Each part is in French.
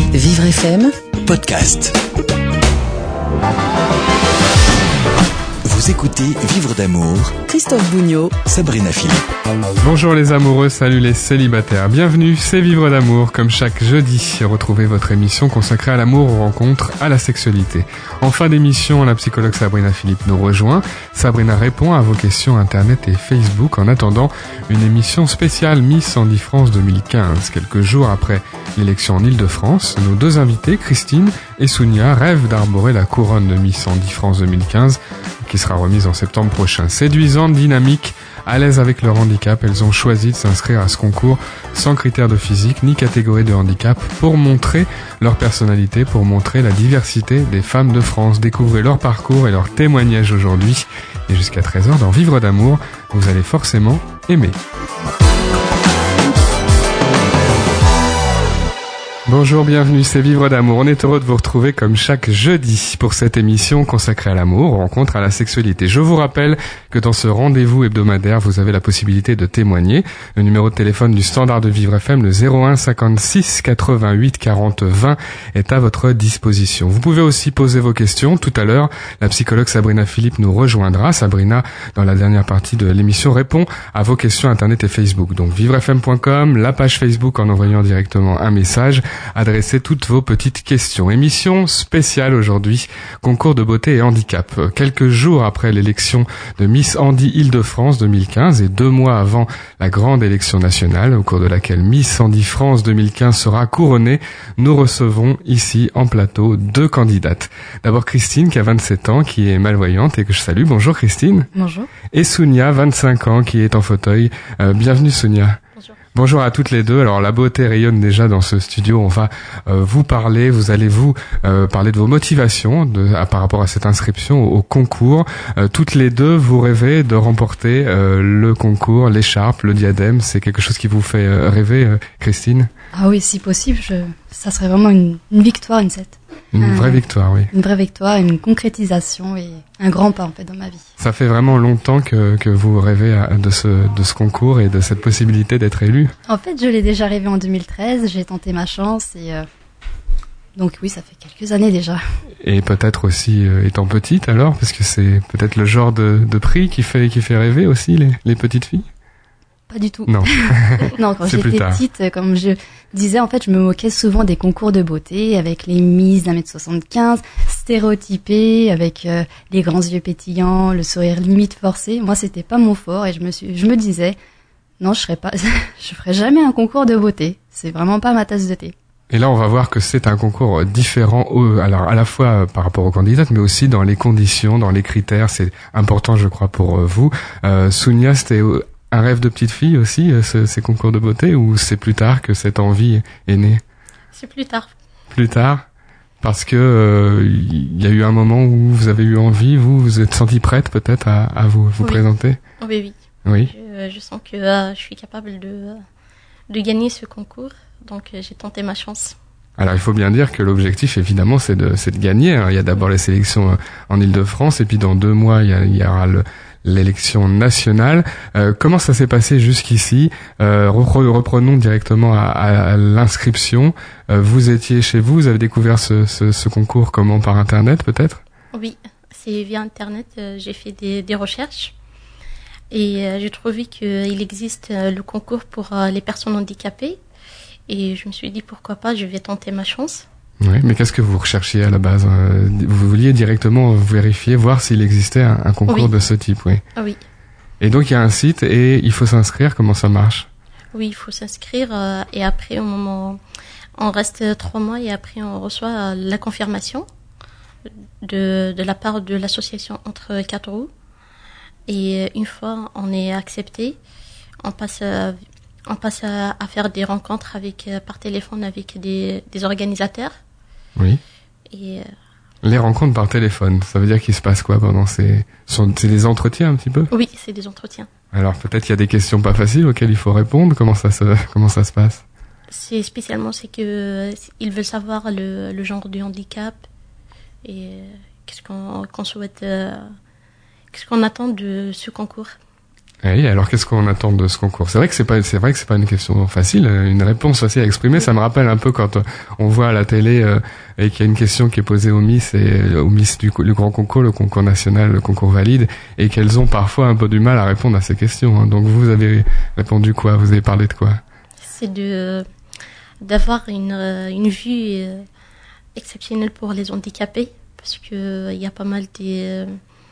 Vivre FM Podcast. Vous écoutez Vivre d'amour. Christophe Bougnot, Sabrina Philippe. Bonjour les amoureux, salut les célibataires. Bienvenue, c'est Vivre d'amour. Comme chaque jeudi, retrouvez votre émission consacrée à l'amour, aux rencontres, à la sexualité. En fin d'émission, la psychologue Sabrina Philippe nous rejoint. Sabrina répond à vos questions internet et Facebook en attendant une émission spéciale Miss Handi-France 2015. Quelques jours après l'élection en Île-de-France, nos deux invités, Christine et Sounia, rêvent d'arborer la couronne de Miss Handi-France 2015 qui sera remise en septembre prochain. Séduisantes, dynamiques, à l'aise avec leur handicap, elles ont choisi de s'inscrire à ce concours sans critères de physique ni catégorie de handicap pour montrer leur personnalité, pour montrer la diversité des femmes de France. Découvrez leur parcours et leur témoignage aujourd'hui. Et jusqu'à 13h dans Vivre d'amour, vous allez forcément aimer. Bonjour, bienvenue, c'est Vivre d'amour. On est heureux de vous retrouver comme chaque jeudi pour cette émission consacrée à l'amour, aux rencontres, à la sexualité. Je vous rappelle que dans ce rendez-vous hebdomadaire, vous avez la possibilité de témoigner. Le numéro de téléphone du standard de Vivre FM, le 01 56 88 40 20, est à votre disposition. Vous pouvez aussi poser vos questions. Tout à l'heure, la psychologue Sabrina Philippe nous rejoindra. Sabrina, dans la dernière partie de l'émission, répond à vos questions internet et Facebook. Donc vivrefm.com, la page Facebook en envoyant directement un message. Adressez toutes vos petites questions. Émission spéciale aujourd'hui, concours de beauté et handicap. Quelques jours après l'élection de Miss Handi Île-de-France 2015 et 2 mois avant la grande élection nationale, au cours de laquelle Miss Handi-France 2015 sera couronnée, nous recevons ici en plateau 2 candidates. D'abord Christine qui a 27 ans, qui est malvoyante et que je salue. Bonjour Christine. Bonjour. Et Sounia, 25 ans, qui est en fauteuil. Bienvenue Sounia. Bonjour à toutes les deux. Alors la beauté rayonne déjà dans ce studio. On va vous parler, vous allez parler de vos motivations par rapport à cette inscription au concours. Toutes les deux, vous rêvez de remporter le concours, l'écharpe, le diadème. C'est quelque chose qui vous fait rêver, Christine? Ah oui, si possible, ça serait vraiment une victoire, Une vraie victoire, oui. Une vraie victoire, une concrétisation et un grand pas en fait dans ma vie. Ça fait vraiment longtemps que vous rêvez de ce concours et de cette possibilité d'être élu. En fait, je l'ai déjà rêvé en 2013, j'ai tenté ma chance et donc oui, ça fait quelques années déjà. Et peut-être aussi étant petite alors, parce que c'est peut-être le genre de prix qui fait rêver aussi les petites filles. Pas du tout. Non. Non, quand j'étais petite, comme je disais, en fait, je me moquais souvent des concours de beauté avec les Miss d'1m75, stéréotypées, avec les grands yeux pétillants, le sourire limite forcé. Moi, c'était pas mon fort et je me disais, non, je ferai jamais un concours de beauté. C'est vraiment pas ma tasse de thé. Et là, on va voir que c'est un concours différent, alors à la fois par rapport aux candidates, mais aussi dans les conditions, dans les critères. C'est important, je crois, pour vous. Sounia, c'était un rêve de petite fille aussi, ces concours de beauté, ou c'est plus tard que cette envie est née? C'est plus tard. Plus tard? Parce que il y a eu un moment où vous avez eu envie, vous êtes sentie prête peut-être à vous présenter? Oui. Oui. Je sens que je suis capable de gagner ce concours, donc j'ai tenté ma chance. Alors il faut bien dire que l'objectif évidemment c'est de gagner. Il y a d'abord les sélections en Île-de-France et puis dans 2 mois il y aura l'élection nationale. Comment ça s'est passé jusqu'ici? Reprenons directement à l'inscription. Vous étiez chez vous avez découvert ce concours comment? Par Internet peut-être? Oui, c'est via Internet. J'ai fait des recherches et j'ai trouvé qu'il existe le concours pour les personnes handicapées et je me suis dit pourquoi pas, je vais tenter ma chance. Oui, mais qu'est-ce que vous recherchiez à la base? Vous vouliez directement vérifier, voir s'il existait un concours de ce type, oui. Ah oui. Et donc il y a un site et il faut s'inscrire, comment ça marche? Oui, il faut s'inscrire et après au moment, on reste 3 mois et après on reçoit la confirmation de la part de l'association Entre 4 roues. Et une fois on est accepté, on passe à faire des rencontres par téléphone avec des organisateurs. Oui. Et les rencontres par téléphone, ça veut dire qu'il se passe quoi pendant c'est des entretiens un petit peu? Oui, c'est des entretiens. Alors peut-être qu'il y a des questions pas faciles auxquelles il faut répondre. Comment ça se passe? C'est que ils veulent savoir le genre du handicap et qu'est-ce qu'on souhaite, qu'est-ce qu'on attend de ce concours. Oui, alors qu'est-ce qu'on attend de ce concours? C'est vrai que c'est pas une question facile, une réponse facile à exprimer. Ça me rappelle un peu quand on voit à la télé et qu'il y a une question qui est posée aux Miss et aux Miss du grand concours, le concours national, le concours valide, et qu'elles ont parfois un peu du mal à répondre à ces questions. Hein. Donc vous avez répondu quoi? Vous avez parlé de quoi? C'est d'avoir une vue exceptionnelle pour les handicapés, parce que il y a pas mal des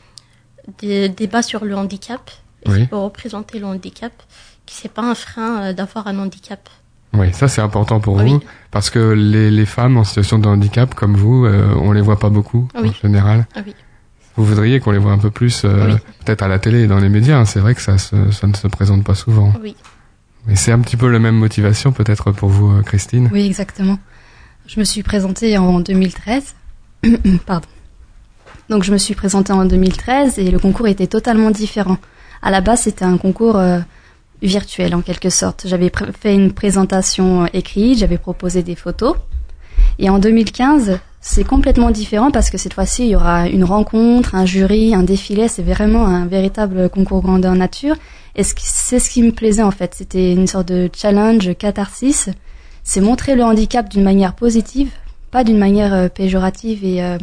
débats sur le handicap. Oui. Pour représenter le handicap, qui c'est pas un frein d'avoir un handicap. Oui, ça c'est important pour vous, parce que les femmes en situation de handicap comme vous, on les voit pas beaucoup en général. Oui. Vous voudriez qu'on les voit un peu plus, peut-être à la télé et dans les médias. Hein. C'est vrai que ça ne se présente pas souvent. Oui. Mais c'est un petit peu la même motivation peut-être pour vous, Christine. Oui, exactement. Je me suis présentée en 2013. Pardon. Donc je me suis présentée en 2013 et le concours était totalement différent. À la base, c'était un concours virtuel en quelque sorte. J'avais fait une présentation écrite, j'avais proposé des photos. Et en 2015, c'est complètement différent parce que cette fois-ci, il y aura une rencontre, un jury, un défilé. C'est vraiment un véritable concours grandeur nature. Et c'est ce qui me plaisait en fait. C'était une sorte de challenge, catharsis. C'est montrer le handicap d'une manière positive, pas d'une manière péjorative et...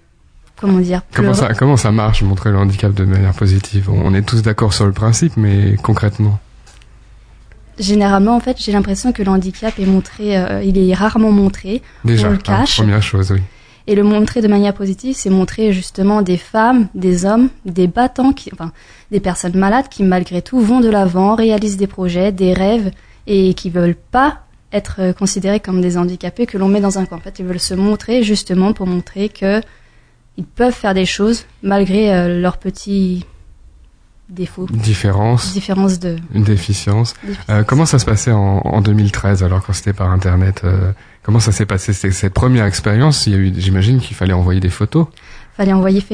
Comment ça marche, montrer le handicap de manière positive? On est tous d'accord sur le principe, mais concrètement? Généralement, en fait, j'ai l'impression que le handicap est montré, il est rarement montré. Déjà, on le cache. Première chose, oui. Et le montrer de manière positive, c'est montrer justement des femmes, des hommes, des battants, des personnes malades qui, malgré tout, vont de l'avant, réalisent des projets, des rêves, et qui veulent pas être considérés comme des handicapés que l'on met dans un coin. En fait, ils veulent se montrer justement pour montrer que ils peuvent faire des choses malgré leurs petits défauts. Différence de... Une déficience. Comment ça se passait en 2013, alors, quand c'était par Internet comment ça s'est passé cette première expérience? J'imagine qu'il fallait envoyer des photos. Fallait envoyer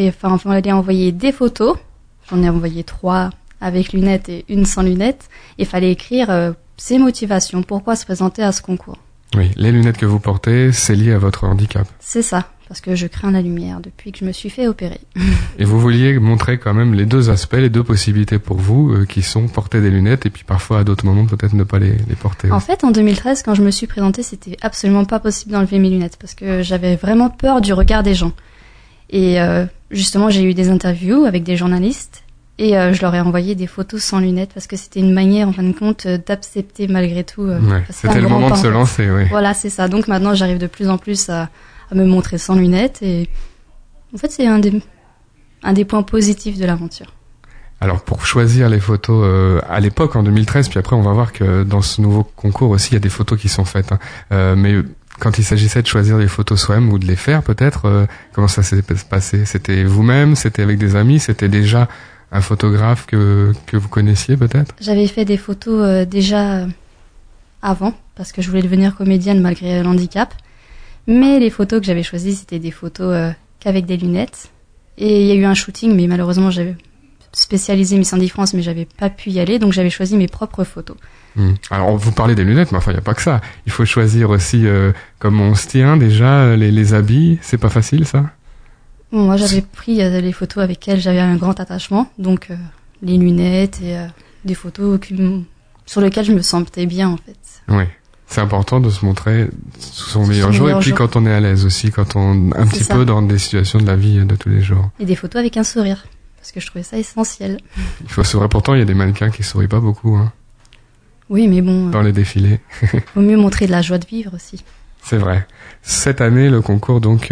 des photos. J'en ai envoyé 3 avec lunettes et une sans lunettes. Et fallait écrire ses motivations. Pourquoi se présenter à ce concours? Oui, les lunettes que vous portez, c'est lié à votre handicap. C'est ça. Parce que je crains la lumière depuis que je me suis fait opérer. Et vous vouliez montrer quand même les deux aspects, les deux possibilités pour vous, qui sont porter des lunettes et puis parfois à d'autres moments peut-être ne pas les porter. En fait, en 2013, quand je me suis présentée, c'était absolument pas possible d'enlever mes lunettes parce que j'avais vraiment peur du regard des gens. Et justement, j'ai eu des interviews avec des journalistes et je leur ai envoyé des photos sans lunettes parce que c'était une manière, en fin de compte, d'accepter malgré tout. Ouais, c'était le moment de se lancer, oui. Voilà, c'est ça. Donc maintenant, j'arrive de plus en plus à me montrer sans lunettes et en fait c'est un des points positifs de l'aventure. Alors pour choisir les photos à l'époque en 2013, puis après on va voir que dans ce nouveau concours aussi il y a des photos qui sont faites, hein. Mais quand il s'agissait de choisir les photos soi-même ou de les faire peut-être, comment ça s'est passé? C'était vous-même, c'était avec des amis, c'était déjà un photographe que vous connaissiez peut-être? J'avais fait des photos déjà avant parce que je voulais devenir comédienne malgré l'handicap. Mais les photos que j'avais choisies, c'était des photos qu'avec des lunettes. Et il y a eu un shooting, mais malheureusement, j'avais spécialisé Miss Handy France, mais j'avais pas pu y aller, donc j'avais choisi mes propres photos. Alors, vous parlez des lunettes, mais enfin, il n'y a pas que ça. Il faut choisir aussi comment on se tient, déjà, les habits. C'est pas facile, ça? Bon, moi, j'avais pris les photos avec lesquelles j'avais un grand attachement, donc les lunettes et des photos sur lesquelles je me sentais bien, en fait. Oui. C'est important de se montrer sous son meilleur jour et puis quand on est à l'aise aussi, quand on un petit peu dans des situations de la vie de tous les jours. Et des photos avec un sourire, parce que je trouvais ça essentiel. Il faut sourire. Pourtant, il y a des mannequins qui sourient pas beaucoup, hein. Oui, mais bon. Dans les défilés. Faut mieux montrer de la joie de vivre aussi. C'est vrai. Cette année, le concours donc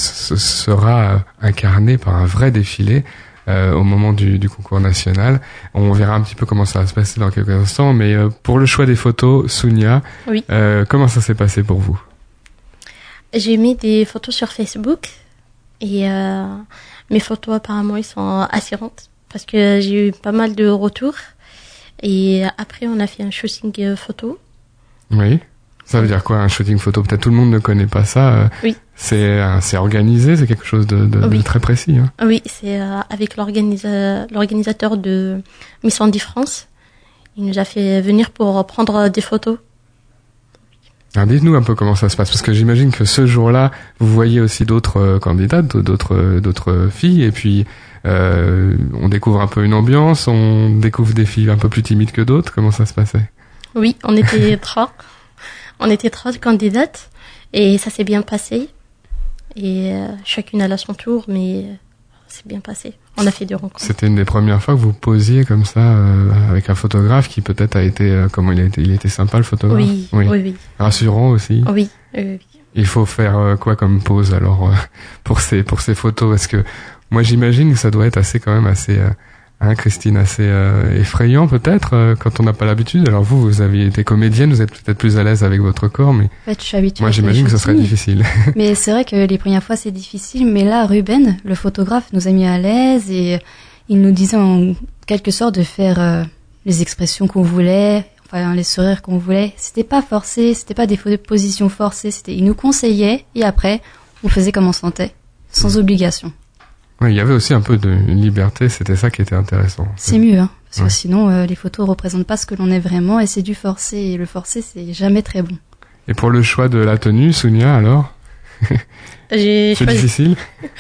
sera incarné par un vrai défilé. Au moment du concours national. On verra un petit peu comment ça va se passer dans quelques instants, mais pour le choix des photos, Sounia, oui. Comment ça s'est passé pour vous? J'ai mis des photos sur Facebook et mes photos apparemment ils sont attirantes parce que j'ai eu pas mal de retours et après on a fait un shooting photo. Oui. Ça veut dire quoi, un shooting photo? Peut-être tout le monde ne connaît pas ça. Oui. C'est organisé, c'est quelque chose de très précis. Hein. Oui, c'est avec l'organisateur de Miss Handy France. Il nous a fait venir pour prendre des photos. Alors dites-nous un peu comment ça se passe, parce que j'imagine que ce jour-là, vous voyez aussi d'autres candidates, d'autres filles, et puis on découvre un peu une ambiance, on découvre des filles un peu plus timides que d'autres. Comment ça se passait? Oui, on était trois. On était 3 candidates et ça s'est bien passé. Et chacune à son tour, mais c'est bien passé. On a fait des rencontres. C'était une des premières fois que vous posiez comme ça avec un photographe qui peut-être a été comment il était sympa le photographe. Oui. Rassurant aussi. Oui. Il faut faire quoi comme pose alors pour ces photos, parce que moi j'imagine que ça doit être assez Christine, assez effrayant peut-être quand on n'a pas l'habitude. Alors vous aviez été comédienne, vous êtes peut-être plus à l'aise avec votre corps, mais en fait, je suis habituée. Moi j'imagine que ça serait difficile. Mais c'est vrai que les premières fois c'est difficile, mais là Ruben, le photographe, nous a mis à l'aise et il nous disait en quelque sorte de faire les expressions qu'on voulait, enfin les sourires qu'on voulait. C'était pas forcé, c'était pas des positions forcées, il nous conseillait et après on faisait comme on sentait, sans obligation. Oui, il y avait aussi un peu de liberté, c'était ça qui était intéressant. C'est mieux, hein, parce que sinon les photos représentent pas ce que l'on est vraiment et c'est du forcé, et le forcé c'est jamais très bon. Et pour le choix de la tenue, Sonia, alors c'est difficile?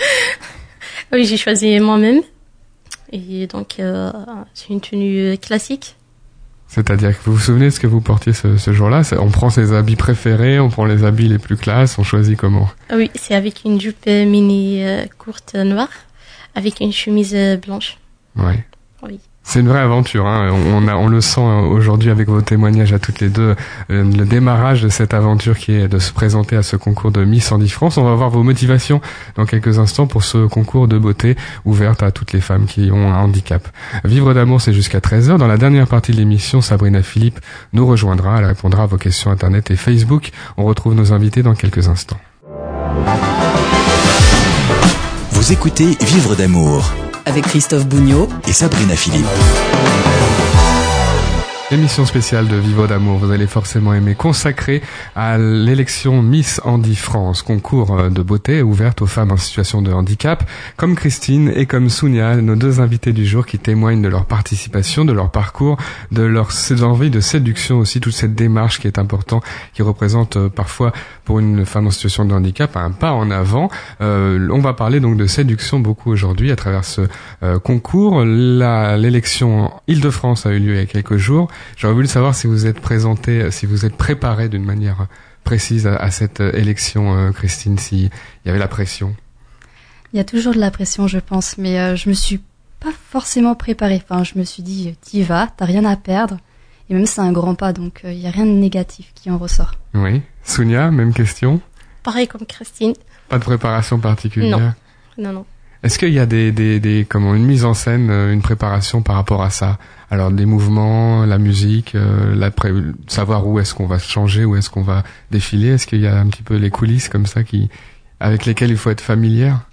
Oui, j'ai choisi moi-même, et donc c'est une tenue classique. C'est-à-dire que vous vous souvenez de ce que vous portiez ce jour-là? On prend ses habits préférés, on prend les habits les plus classes, on choisit comment? Oui, c'est avec une jupe mini courte noire, avec une chemise blanche. Ouais. Oui. C'est une vraie aventure, hein. On le sent aujourd'hui avec vos témoignages à toutes les deux, le démarrage de cette aventure qui est de se présenter à ce concours de Miss Handi-France. On va voir vos motivations dans quelques instants pour ce concours de beauté ouverte à toutes les femmes qui ont un handicap. Vivre d'amour, c'est jusqu'à 13h. Dans la dernière partie de l'émission, Sabrina Philippe nous rejoindra. Elle répondra à vos questions Internet et Facebook. On retrouve nos invités dans quelques instants. Vous écoutez Vivre d'amour avec Christophe Bougnot et Sabrina Philippe. Émission spéciale de Vivre d'amour, vous allez forcément aimer, consacrée à l'élection Miss Handi-France, concours de beauté ouverte aux femmes en situation de handicap, comme Christine et comme Sonia, nos deux invités du jour qui témoignent de leur participation, de leur parcours, de leur envie de séduction aussi, toute cette démarche qui est importante, qui représente parfois pour une femme en situation de handicap un pas en avant. On va parler donc de séduction beaucoup aujourd'hui à travers ce concours. L'élection Île-de-France a eu lieu il y a quelques jours. J'aurais voulu savoir si vous êtes préparée d'une manière précise à cette élection, Christine, s'il y avait la pression. Il y a toujours de la pression, je pense, mais je me suis pas forcément préparée. Enfin, je me suis dit, t'y vas, t'as rien à perdre. Et même c'est un grand pas, donc il y a rien de négatif qui en ressort. Oui. Sonia, même question? Pareil comme Christine. Pas de préparation particulière? Non. Est-ce qu'il y a une mise en scène, une préparation par rapport à ça? Alors des mouvements, la musique, savoir où est-ce qu'on va changer, où est-ce qu'on va défiler. Est-ce qu'il y a un petit peu les coulisses comme ça avec lesquelles il faut être familière?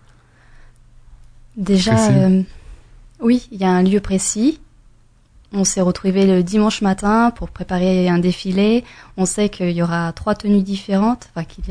Déjà, oui, il y a un lieu précis. On s'est retrouvés le dimanche matin pour préparer un défilé. On sait qu'il y aura 3 tenues différentes,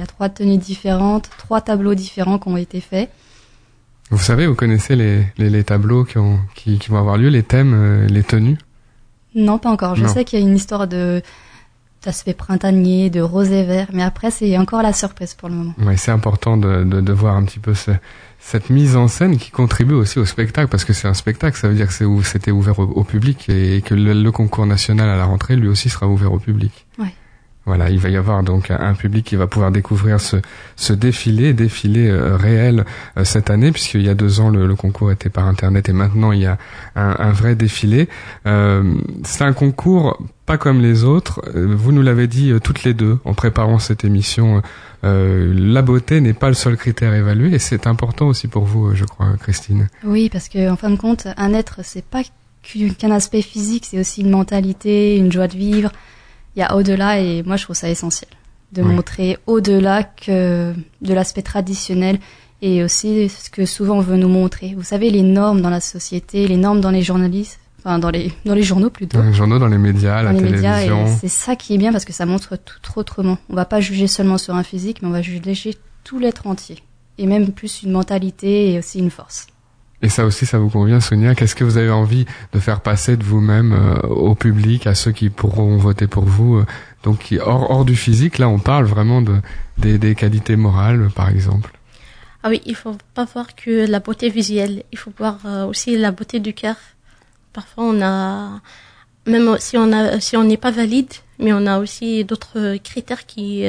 3 tableaux différents qui ont été faits. Vous savez, vous connaissez les tableaux qui vont avoir lieu, les thèmes, les tenues? Non, pas encore. Je sais qu'il y a une histoire d'aspect printanier, de rose et vert, mais après c'est encore la surprise pour le moment. Ouais, c'est important de voir un petit peu cette mise en scène qui contribue aussi au spectacle, parce que c'est un spectacle, ça veut dire que c'était ouvert au public et que le concours national à la rentrée, lui aussi sera ouvert au public. Ouais. Voilà, il va y avoir donc un public qui va pouvoir découvrir ce défilé réel cette année, puisqu'il y a 2 ans le concours était par internet et maintenant il y a un vrai défilé. C'est un concours pas comme les autres. Vous nous l'avez dit toutes les deux en préparant cette émission. La beauté n'est pas le seul critère évalué et c'est important aussi pour vous, je crois, Christine. Oui, parce que en fin de compte, un être, c'est pas qu'un aspect physique, c'est aussi une mentalité, une joie de vivre. Il y a au-delà et moi je trouve ça essentiel de montrer au-delà que de l'aspect traditionnel et aussi ce que souvent on veut nous montrer. Vous savez, les normes dans la société, les normes dans les journalistes, enfin dans les journaux plutôt. Dans les journaux, dans les médias, la télévision. Et c'est ça qui est bien parce que ça montre tout autrement. On va pas juger seulement sur un physique, mais on va juger tout l'être entier. Et même plus une mentalité et aussi une force. Et ça aussi, ça vous convient, Sonia? Qu'est-ce que vous avez envie de faire passer de vous-même au public, à ceux qui pourront voter pour vous, donc hors du physique. Là, on parle vraiment des qualités morales, par exemple. Ah oui, il faut pas voir que la beauté visuelle, il faut voir aussi la beauté du cœur. Parfois, on a, même si on n'est pas valide, mais on a aussi d'autres critères qui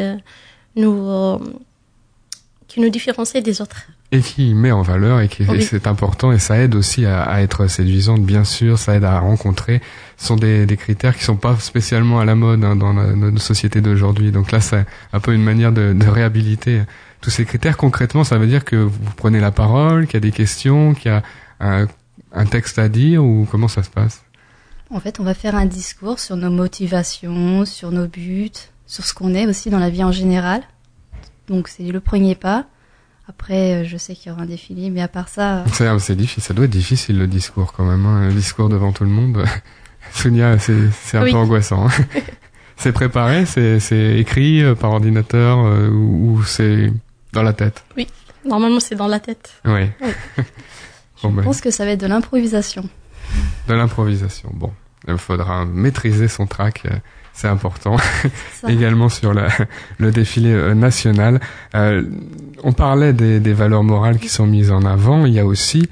nous différencient des autres. Et qui met en valeur, et c'est important, et ça aide aussi à être séduisante, bien sûr, ça aide à rencontrer. Ce sont des critères qui sont pas spécialement à la mode dans notre société d'aujourd'hui. Donc là, c'est un peu une manière de réhabiliter tous ces critères. Concrètement, ça veut dire que vous prenez la parole, qu'il y a des questions, qu'il y a un texte à dire, ou comment ça se passe? En fait, on va faire un discours sur nos motivations, sur nos buts, sur ce qu'on est aussi dans la vie en général. Donc c'est le premier pas. Après, je sais qu'il y aura un défilé, mais à part ça... C'est difficile, ça doit être difficile le discours quand même, hein. Le discours devant tout le monde. Sonia, c'est un peu angoissant. Hein. C'est préparé, c'est écrit par ordinateur ou c'est dans la tête? Oui, normalement c'est dans la tête. Oui. Je pense que ça va être de l'improvisation. De l'improvisation, bon. Il faudra maîtriser son track, c'est important. Également sur le défilé national. On parlait des valeurs morales qui sont mises en avant. Il y a aussi,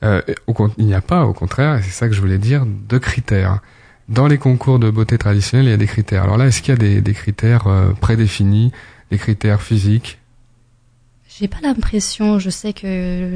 il n'y a pas, au contraire, et c'est ça que je voulais dire, de critères. Dans les concours de beauté traditionnelle, il y a des critères. Alors là, est-ce qu'il y a des critères prédéfinis, des critères physiques? J'ai pas l'impression. Je sais que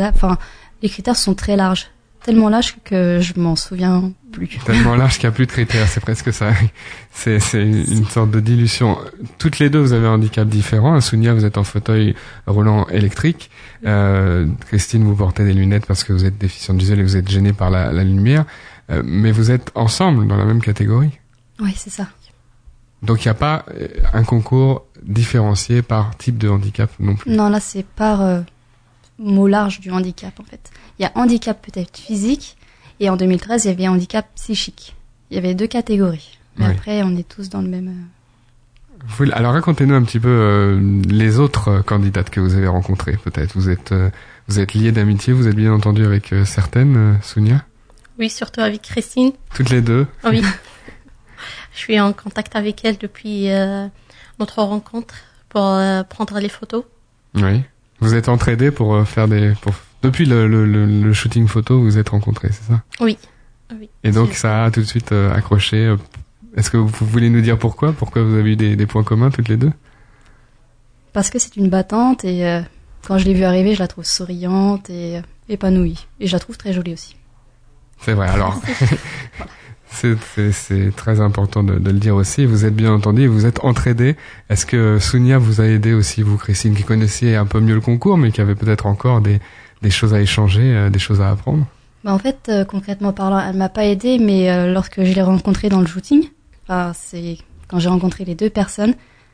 les critères sont très larges. Tellement large que je m'en souviens plus. Tellement large qu'il n'y a plus de critères, c'est presque ça. C'est une sorte de dilution. Toutes les deux, vous avez un handicap différent. Sonia, vous êtes en fauteuil roulant électrique. Christine, vous portez des lunettes parce que vous êtes déficiente visuelle et vous êtes gênée par la lumière. Mais vous êtes ensemble dans la même catégorie. Oui, c'est ça. Donc il n'y a pas un concours différencié par type de handicap non plus. Non, là c'est par mot large du handicap en fait. Il y a handicap peut-être physique et en 2013 il y avait handicap psychique. Il y avait 2 catégories. Mais après on est tous dans le même... Alors racontez-nous un petit peu les autres candidates que vous avez rencontrées peut-être. Vous êtes liés d'amitié, vous êtes bien entendu avec certaines, Sonia? Oui, surtout avec Christine. Toutes les deux? Oui. Je suis en contact avec elle depuis notre rencontre pour prendre les photos. Oui. Vous êtes entraidés pour faire depuis le shooting photo, vous êtes rencontrés, c'est ça? Oui. Et donc ça a tout de suite accroché. Est-ce que vous voulez nous dire pourquoi vous avez eu des points communs toutes les deux? Parce que c'est une battante et quand je l'ai vue arriver, je la trouve souriante et épanouie. Et je la trouve très jolie aussi. C'est vrai, alors... C'est très important de le dire aussi. Vous êtes bien entendu, vous êtes entraidés. Est-ce que Sonia vous a aidé aussi, vous Christine, qui connaissiez un peu mieux le concours, mais qui avait peut-être encore des choses à échanger, des choses à apprendre? En fait, concrètement parlant, elle m'a pas aidée, mais lorsque je l'ai rencontrée dans le shooting, c'est quand j'ai rencontré les 2 personnes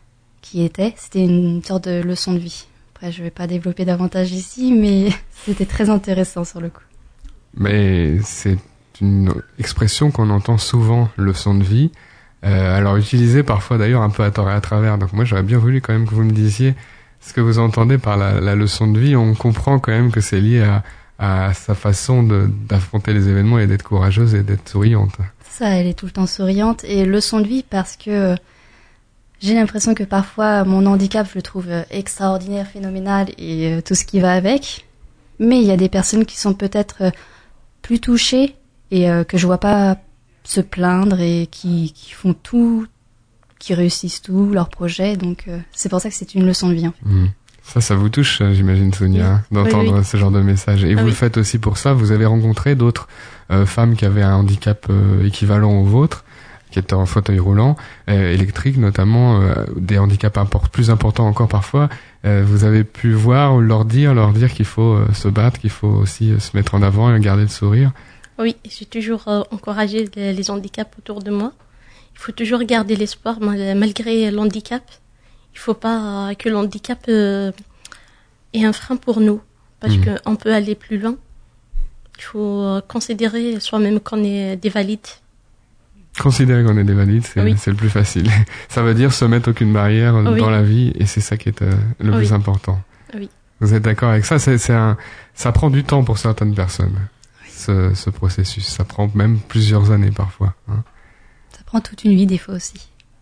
c'était une sorte de leçon de vie. Après, je vais pas développer davantage ici, mais c'était très intéressant sur le coup. Mais c'est une expression qu'on entend souvent, leçon de vie, alors utilisée parfois d'ailleurs un peu à tort et à travers. Donc moi j'aurais bien voulu quand même que vous me disiez ce que vous entendez par la leçon de vie. On comprend quand même que c'est lié à sa façon d'affronter les événements et d'être courageuse et d'être souriante. Ça, elle est tout le temps souriante. Et leçon de vie parce que j'ai l'impression que parfois mon handicap, je le trouve extraordinaire, phénoménal et tout ce qui va avec. Mais il y a des personnes qui sont peut-être plus touchées et que je vois pas se plaindre et qui font tout, qui réussissent tout, leurs projets. Donc c'est pour ça que c'est une leçon de vie. En fait. Ça vous touche, j'imagine, Sonia, d'entendre ce genre de message. Et vous le faites aussi pour ça. Vous avez rencontré d'autres femmes qui avaient un handicap équivalent au vôtre, qui étaient en fauteuil roulant, électrique notamment, des handicaps plus importants encore parfois. Vous avez pu voir ou leur dire qu'il faut se battre, qu'il faut aussi se mettre en avant et garder le sourire. Oui, j'ai toujours encouragé les handicaps autour de moi. Il faut toujours garder l'espoir malgré l'handicap. Il ne faut pas que l'handicap est un frein pour nous, parce qu'on peut aller plus loin. Il faut considérer soi-même qu'on est des valides. Considérer qu'on est des valides, c'est le plus facile. Ça veut dire se mettre aucune barrière dans la vie, et c'est ça qui est le plus important. Oui. Vous êtes d'accord avec ça? Ça prend du temps pour certaines personnes, ce processus. Ça prend même plusieurs années parfois. Hein. Ça prend toute une vie des fois aussi.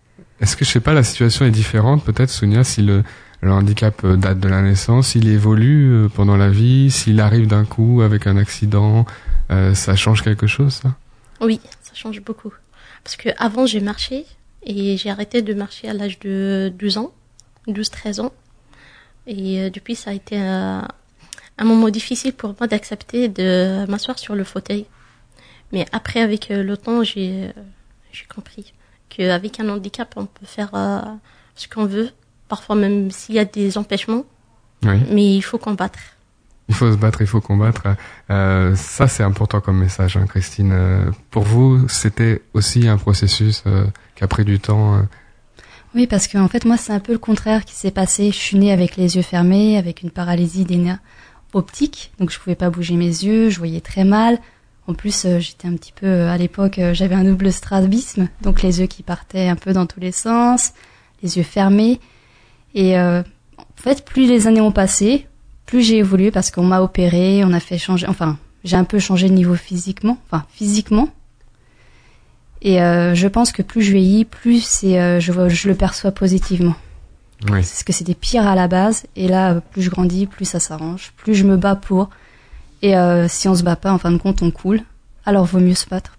Est-ce que, je sais pas, la situation est différente, peut-être, Sonia, si le handicap date de la naissance, s'il évolue pendant la vie, s'il arrive d'un coup avec un accident, ça change quelque chose, ça? Oui, ça change beaucoup. Parce que avant j'ai marché et j'ai arrêté de marcher à l'âge de 12-13 ans. Et depuis, ça a été un moment difficile pour moi d'accepter de m'asseoir sur le fauteuil. Mais après, avec le temps, j'ai compris qu'avec un handicap, on peut faire ce qu'on veut, parfois même s'il y a des empêchements. Oui. Mais il faut combattre. Il faut se battre, il faut combattre. Ça, c'est important comme message, hein, Christine. Pour vous, c'était aussi un processus qui a pris du temps. Oui, parce que en fait, moi, c'est un peu le contraire qui s'est passé. Je suis née avec les yeux fermés, avec une paralysie des nerfs optiques, donc je pouvais pas bouger mes yeux, je voyais très mal. En plus, j'étais un petit peu, à l'époque, j'avais un double strabisme, donc les yeux qui partaient un peu dans tous les sens, les yeux fermés. Et en fait, plus les années ont passé, plus j'ai évolué parce qu'on m'a opéré, on a fait changer, enfin, j'ai un peu changé de niveau physiquement. Et je pense que plus je vieillis, plus je le perçois positivement. Oui. Parce que c'était pire à la base, et là, plus je grandis, plus ça s'arrange, plus je me bats pour. Et si on se bat pas, en fin de compte, on coule. Alors vaut mieux se battre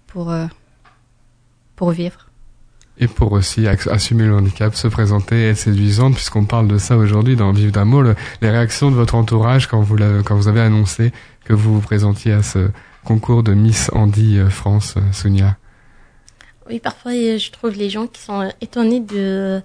pour vivre. Et pour aussi assumer le handicap, se présenter, être séduisante, puisqu'on parle de ça aujourd'hui dans Vivre d'amour, les réactions de votre entourage quand vous avez annoncé que vous vous présentiez à ce concours de Miss Handy France, Sonia. Oui, parfois je trouve les gens qui sont étonnés de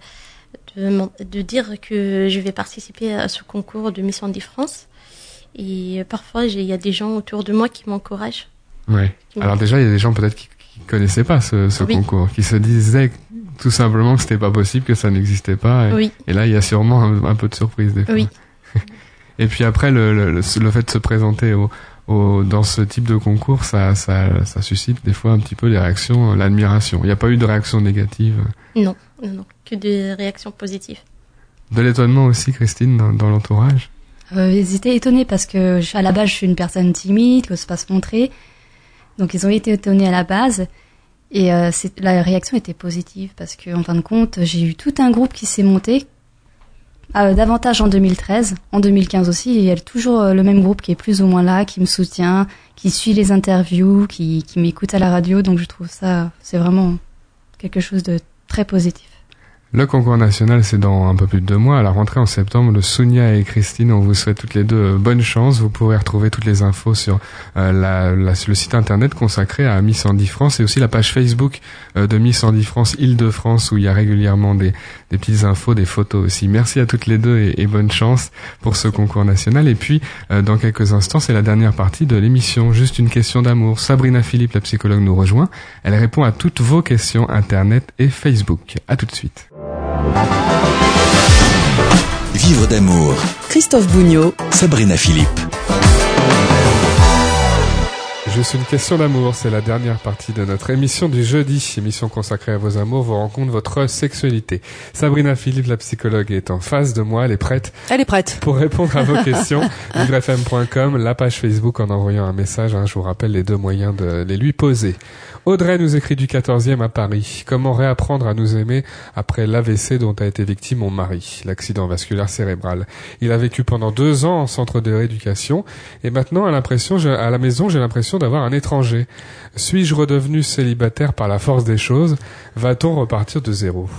dire que je vais participer à ce concours de Miss Handy France. Et parfois, il y a des gens autour de moi qui m'encouragent. Oui. Alors déjà, il y a des gens peut-être qui connaissaient pas ce oui. concours, qui se disaient tout simplement que c'était pas possible, que ça n'existait pas. Oui. Et là, il y a sûrement un peu de surprise des fois. Oui. Et puis après, le fait de se présenter dans ce type de concours, ça suscite des fois un petit peu les réactions, l'admiration. Il n'y a pas eu de réaction négative? Non, que des réactions positives. De l'étonnement aussi, Christine, dans l'entourage? Ils étaient étonnés parce que à la base je suis une personne timide, qui n'ose pas se montrer. Donc ils ont été étonnés à la base et la réaction était positive parce que en fin de compte j'ai eu tout un groupe qui s'est monté. Davantage en 2013, en 2015 aussi, il y a toujours le même groupe qui est plus ou moins là, qui me soutient, qui suit les interviews, qui m'écoute à la radio. Donc je trouve ça, c'est vraiment quelque chose de très positif. Le concours national, c'est dans un peu plus de 2 mois. À la rentrée en septembre, de Sonia et Christine, on vous souhaite toutes les deux bonne chance. Vous pourrez retrouver toutes les infos sur le site internet consacré à Miss Handy France et aussi la page Facebook de Miss Handy France Île-de-France où il y a régulièrement des petites infos, des photos aussi. Merci à toutes les deux et bonne chance pour ce concours national. Et puis, dans quelques instants, c'est la dernière partie de l'émission. Juste une question d'amour. Sabrina Philippe, la psychologue, nous rejoint. Elle répond à toutes vos questions internet et Facebook. À tout de suite. Vivre d'amour. Christophe Bougnot. Sabrina Philippe. Juste une question d'amour, c'est la dernière partie de notre émission du jeudi, émission consacrée à vos amours, vos rencontres, votre sexualité. Sabrina Philippe, la psychologue, est en face de moi, elle est prête. Elle est prête. Pour répondre à vos questions, vivrefm.com, la page Facebook en envoyant un message, je vous rappelle les 2 moyens de les lui poser. Audrey nous écrit du 14e à Paris. Comment réapprendre à nous aimer après l'AVC dont a été victime mon mari, l'accident vasculaire cérébral. Il a vécu pendant 2 ans en centre de rééducation et maintenant à la maison j'ai l'impression d'avoir un étranger. Suis-je redevenu célibataire par la force des choses? Va-t-on repartir de zéro?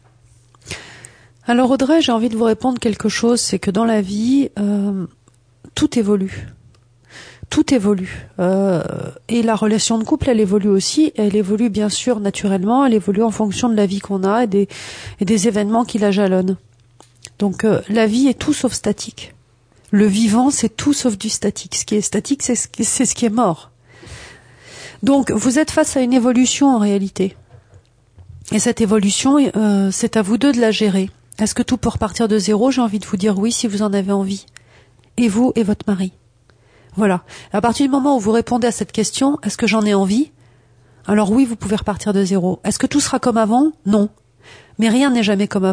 Alors Audrey, j'ai envie de vous répondre quelque chose, c'est que dans la vie, tout évolue. Tout évolue. Et la relation de couple, elle évolue aussi. Elle évolue bien sûr naturellement, elle évolue en fonction de la vie qu'on a et des événements qui la jalonnent. Donc la vie est tout sauf statique. Le vivant, c'est tout sauf du statique. Ce qui est statique, c'est ce qui est mort. Donc vous êtes face à une évolution en réalité. Et cette évolution, c'est à vous deux de la gérer. Est-ce que tout peut repartir de zéro? J'ai envie de vous dire oui si vous en avez envie. Et vous et votre mari. Voilà. À partir du moment où vous répondez à cette question, est-ce que j'en ai envie? Alors oui, vous pouvez repartir de zéro. Est-ce que tout sera comme avant? Non. Mais rien n'est jamais comme avant.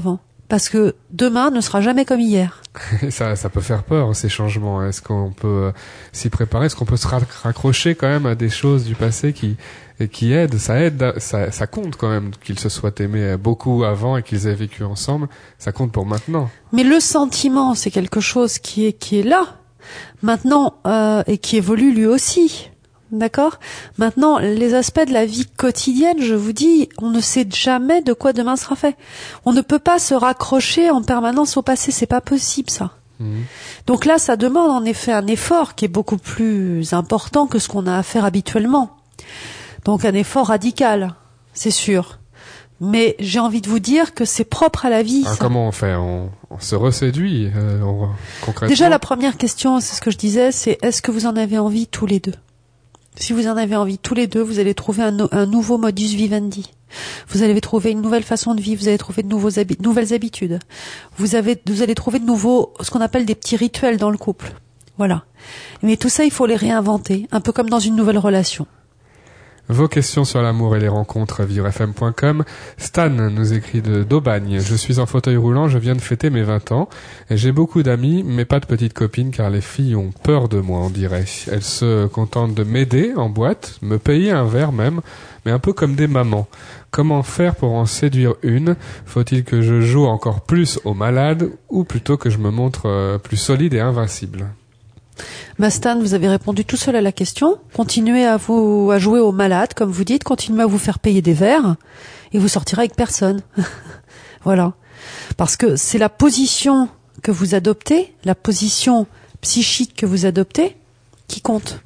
Parce que demain ne sera jamais comme hier. Ça peut faire peur, ces changements. Est-ce qu'on peut s'y préparer? Est-ce qu'on peut se raccrocher quand même à des choses du passé qui aident? Ça compte quand même qu'ils se soient aimés beaucoup avant et qu'ils aient vécu ensemble. Ça compte pour maintenant. Mais le sentiment, c'est quelque chose qui est là, maintenant, et qui évolue lui aussi. D'accord? Maintenant, les aspects de la vie quotidienne, je vous dis, on ne sait jamais de quoi demain sera fait. On ne peut pas se raccrocher en permanence au passé, c'est pas possible ça. Donc là, ça demande en effet un effort qui est beaucoup plus important que ce qu'on a à faire habituellement. Donc un effort radical, c'est sûr. Mais j'ai envie de vous dire que c'est propre à la vie. Alors, comment on fait? On se reséduit concrètement? Déjà, la première question, c'est ce que je disais, c'est est-ce que vous en avez envie tous les deux? Si vous en avez envie tous les deux, vous allez trouver un nouveau modus vivendi. Vous allez trouver une nouvelle façon de vivre, vous allez trouver de nouvelles habitudes. Vous allez trouver de nouveaux, ce qu'on appelle des petits rituels dans le couple. Voilà. Mais tout ça, il faut les réinventer, un peu comme dans une nouvelle relation. Vos questions sur l'amour et les rencontres, vivrefm.com. Stan nous écrit d'Aubagne. Je suis en fauteuil roulant, je viens de fêter mes 20 ans. Et j'ai beaucoup d'amis, mais pas de petites copines, car les filles ont peur de moi, on dirait. Elles se contentent de m'aider en boîte, me payer un verre même, mais un peu comme des mamans. Comment faire pour en séduire une? Faut-il que je joue encore plus aux malades, ou plutôt que je me montre plus solide et invincible? Stan, vous avez répondu tout seul à la question. Continuez à jouer aux malades, comme vous dites. Continuez à vous faire payer des verres et vous sortirez avec personne. Voilà. Parce que c'est la position que vous adoptez, la position psychique que vous adoptez, qui compte.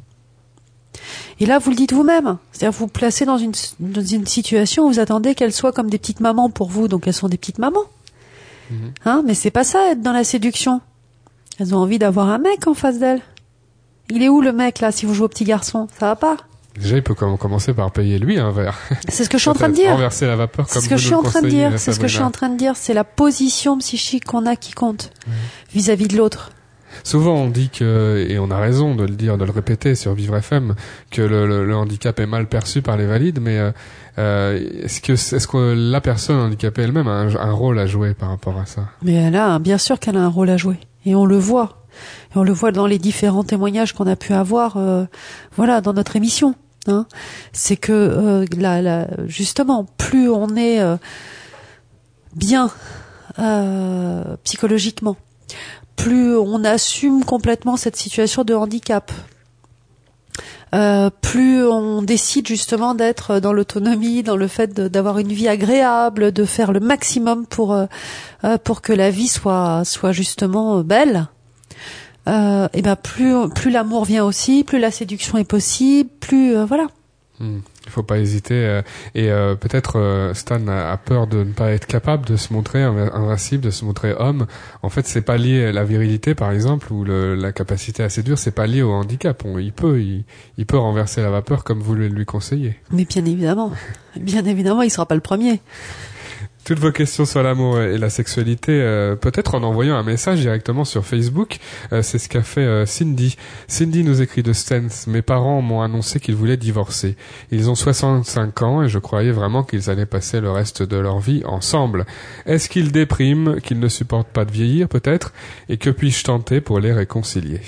Et là, vous le dites vous-même. C'est-à-dire, vous vous placez dans une situation où vous attendez qu'elles soient comme des petites mamans pour vous. Donc, elles sont des petites mamans. Mais c'est pas ça, être dans la séduction. Elles ont envie d'avoir un mec en face d'elles. Il est où le mec là, si vous jouez au petit garçon? Ça va pas? Déjà, il peut commencer par payer lui un verre. C'est ce que je suis en train de dire. Renverser la vapeur comme C'est ce que je suis en train de dire. C'est ce que je suis en train de dire. C'est la position psychique qu'on a qui compte vis-à-vis de l'autre. Souvent, on dit que, et on a raison de le dire, de le répéter sur Vivre FM, que le handicap est mal perçu par les valides, mais est-ce que la personne handicapée elle-même a un rôle à jouer par rapport à ça? Mais bien sûr qu'elle a un rôle à jouer. Et on le voit. Et on le voit dans les différents témoignages qu'on a pu avoir, dans notre émission. C'est que justement, plus on est bien psychologiquement, plus on assume complètement cette situation de handicap, plus on décide justement d'être dans l'autonomie, dans le fait d'avoir une vie agréable, de faire le maximum pour que la vie soit justement belle. Plus l'amour vient aussi, plus la séduction est possible, plus voilà. Il faut pas hésiter. Peut-être Stan a peur de ne pas être capable de se montrer invincible, de se montrer homme. En fait, c'est pas lié à la virilité, par exemple, ou la capacité à séduire. C'est pas lié au handicap. Il peut renverser la vapeur comme vous lui conseillez. Mais bien évidemment, il sera pas le premier. Toutes vos questions sur l'amour et la sexualité, peut-être en envoyant un message directement sur Facebook. C'est ce qu'a fait Cindy. Cindy nous écrit de Stens. Mes parents m'ont annoncé qu'ils voulaient divorcer. Ils ont 65 ans et je croyais vraiment qu'ils allaient passer le reste de leur vie ensemble. Est-ce qu'ils dépriment, qu'ils ne supportent pas de vieillir peut-être? Et que puis-je tenter pour les réconcilier?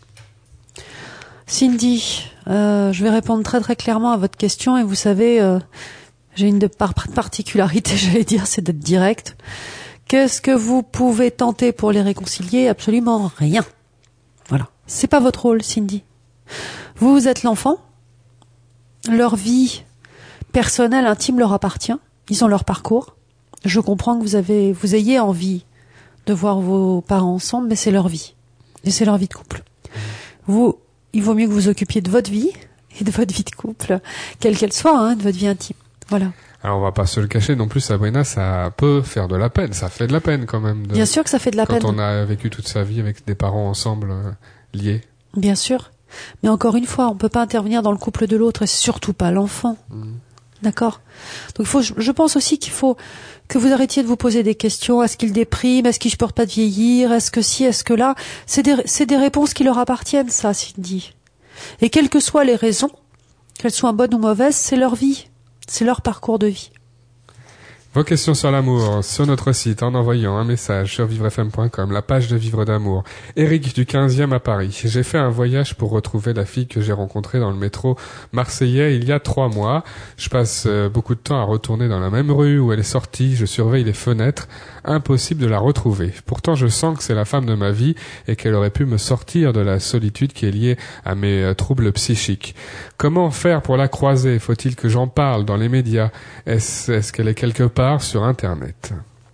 Cindy, je vais répondre très très clairement à votre question et vous savez... J'ai une particularité, j'allais dire, c'est d'être direct. Qu'est-ce que vous pouvez tenter pour les réconcilier? Absolument rien. Voilà. C'est pas votre rôle, Cindy. Vous êtes l'enfant. Leur vie personnelle, intime leur appartient. Ils ont leur parcours. Je comprends que vous ayez envie de voir vos parents ensemble, mais c'est leur vie. Et c'est leur vie de couple. Il vaut mieux que vous occupiez de votre vie et de votre vie de couple, quelle qu'elle soit, de votre vie intime. Voilà. Alors on va pas se le cacher non plus, Sabrina, ça peut faire de la peine, ça fait de la peine quand même. Bien sûr que ça fait de la peine. Quand on a vécu toute sa vie avec des parents ensemble, liés. Bien sûr. Mais encore une fois, on peut pas intervenir dans le couple de l'autre et surtout pas l'enfant. D'accord? Donc je pense aussi qu'il faut que vous arrêtiez de vous poser des questions. Est-ce qu'il déprime? Est-ce qu'il supporte pas de vieillir? Est-ce que si? Est-ce que là? C'est des réponses qui leur appartiennent, ça, Cindy. Et quelles que soient les raisons, qu'elles soient bonnes ou mauvaises, c'est leur vie. C'est leur parcours de vie. Vos questions sur l'amour, sur notre site, en envoyant un message sur vivrefm.com, la page de Vivre d'amour. Eric du 15e à Paris. J'ai fait un voyage pour retrouver la fille que j'ai rencontrée dans le métro marseillais il y a 3 mois. Je passe beaucoup de temps à retourner dans la même rue où elle est sortie. Je surveille les fenêtres. Impossible de la retrouver. Pourtant, je sens que c'est la femme de ma vie et qu'elle aurait pu me sortir de la solitude qui est liée à mes troubles psychiques. Comment faire pour la croiser? Faut-il que j'en parle dans les médias? Est-ce qu'elle est quelque part sur Internet?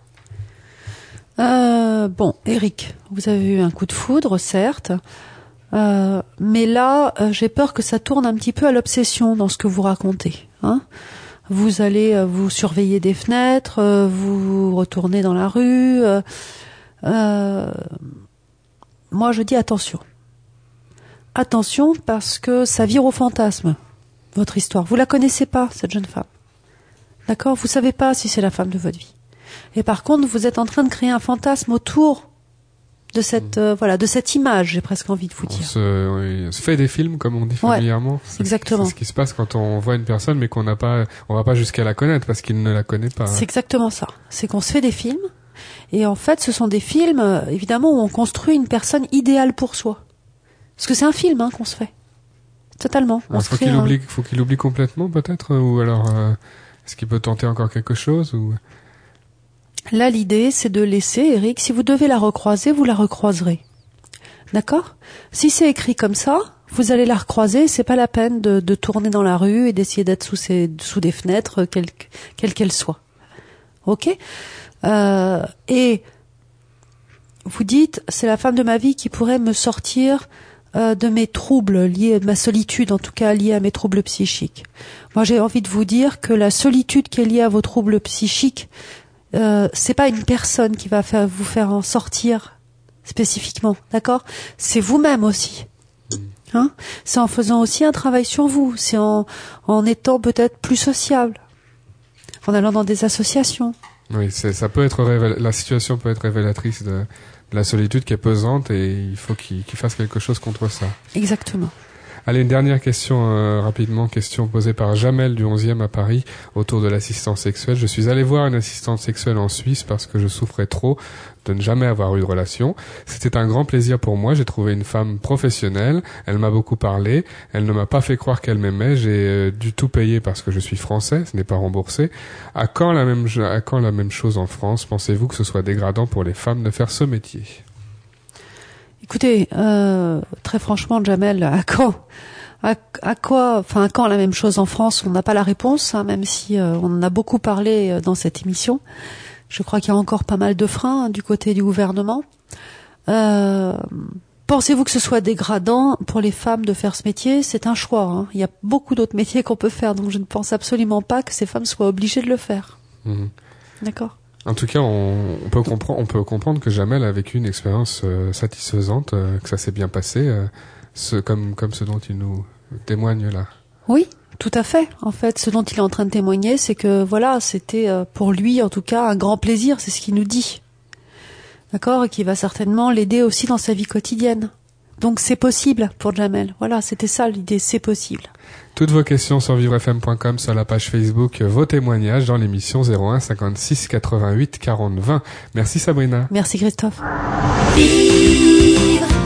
Bon, Eric, vous avez eu un coup de foudre, certes, mais là, j'ai peur que ça tourne un petit peu à l'obsession dans ce que vous racontez. Hein. Vous allez vous surveiller des fenêtres, vous retournez dans la rue. Moi, je dis attention. Attention, parce que ça vire au fantasme, votre histoire. Vous la connaissez pas, cette jeune femme. D'accord? Vous savez pas si c'est la femme de votre vie. Et par contre, vous êtes en train de créer un fantasme autour de cette de cette image, j'ai presque envie de vous dire. On se fait des films, comme on dit familièrement. Exactement. C'est ce qui se passe quand on voit une personne, mais on va pas jusqu'à la connaître parce qu'il ne la connaît pas. C'est exactement ça. C'est qu'on se fait des films, et en fait, ce sont des films, évidemment, où on construit une personne idéale pour soi. Parce que c'est un film, qu'on se fait. Totalement. Faut qu'il oublie complètement, peut-être, ou alors. Est-ce qu'il peut tenter encore quelque chose ou... Là, l'idée, c'est de laisser, Eric, si vous devez la recroiser, vous la recroiserez. D'accord? Si c'est écrit comme ça, vous allez la recroiser, c'est pas la peine de tourner dans la rue et d'essayer d'être sous des fenêtres, quelles qu'elles soient. Ok? Et vous dites, c'est la femme de ma vie qui pourrait me sortir de mes troubles liés, de ma solitude en tout cas liée à mes troubles psychiques. Moi j'ai envie de vous dire que la solitude qui est liée à vos troubles psychiques, c'est pas une personne qui va vous faire en sortir spécifiquement, d'accord? C'est vous-même aussi. Hein? C'est en faisant aussi un travail sur vous, c'est en étant peut-être plus sociable, en allant dans des associations. Oui, ça peut être la situation peut être révélatrice de la solitude qui est pesante et il faut qu'il fasse quelque chose contre ça. Exactement. Allez, une dernière question rapidement, question posée par Jamel du 11e à Paris autour de l'assistance sexuelle. Je suis allé voir une assistante sexuelle en Suisse parce que je souffrais trop de ne jamais avoir eu de relation. C'était un grand plaisir pour moi. J'ai trouvé une femme professionnelle. Elle m'a beaucoup parlé. Elle ne m'a pas fait croire qu'elle m'aimait. J'ai dû tout payer parce que je suis français. Ce n'est pas remboursé. À quand la même chose en France? Pensez-vous que ce soit dégradant pour les femmes de faire ce métier? Écoutez, très franchement, Jamel, à quand la même chose en France? On n'a pas la réponse, même si on en a beaucoup parlé dans cette émission. Je crois qu'il y a encore pas mal de freins du côté du gouvernement. Pensez-vous que ce soit dégradant pour les femmes de faire ce métier? C'est un choix. Il y a beaucoup d'autres métiers qu'on peut faire, donc je ne pense absolument pas que ces femmes soient obligées de le faire. Mmh. D'accord. En tout cas, on peut comprendre que Jamel a vécu une expérience satisfaisante, que ça s'est bien passé, comme ce dont il nous témoigne là. Oui, tout à fait. En fait, ce dont il est en train de témoigner, c'est que c'était pour lui, en tout cas, un grand plaisir. C'est ce qu'il nous dit. D'accord? Et qui va certainement l'aider aussi dans sa vie quotidienne. Donc c'est possible pour Jamel. Voilà, c'était ça l'idée, c'est possible. Toutes vos questions sur vivrefm.com, sur la page Facebook, vos témoignages dans l'émission 01 56 88 40 20. Merci Sabrina. Merci Christophe. Vivre.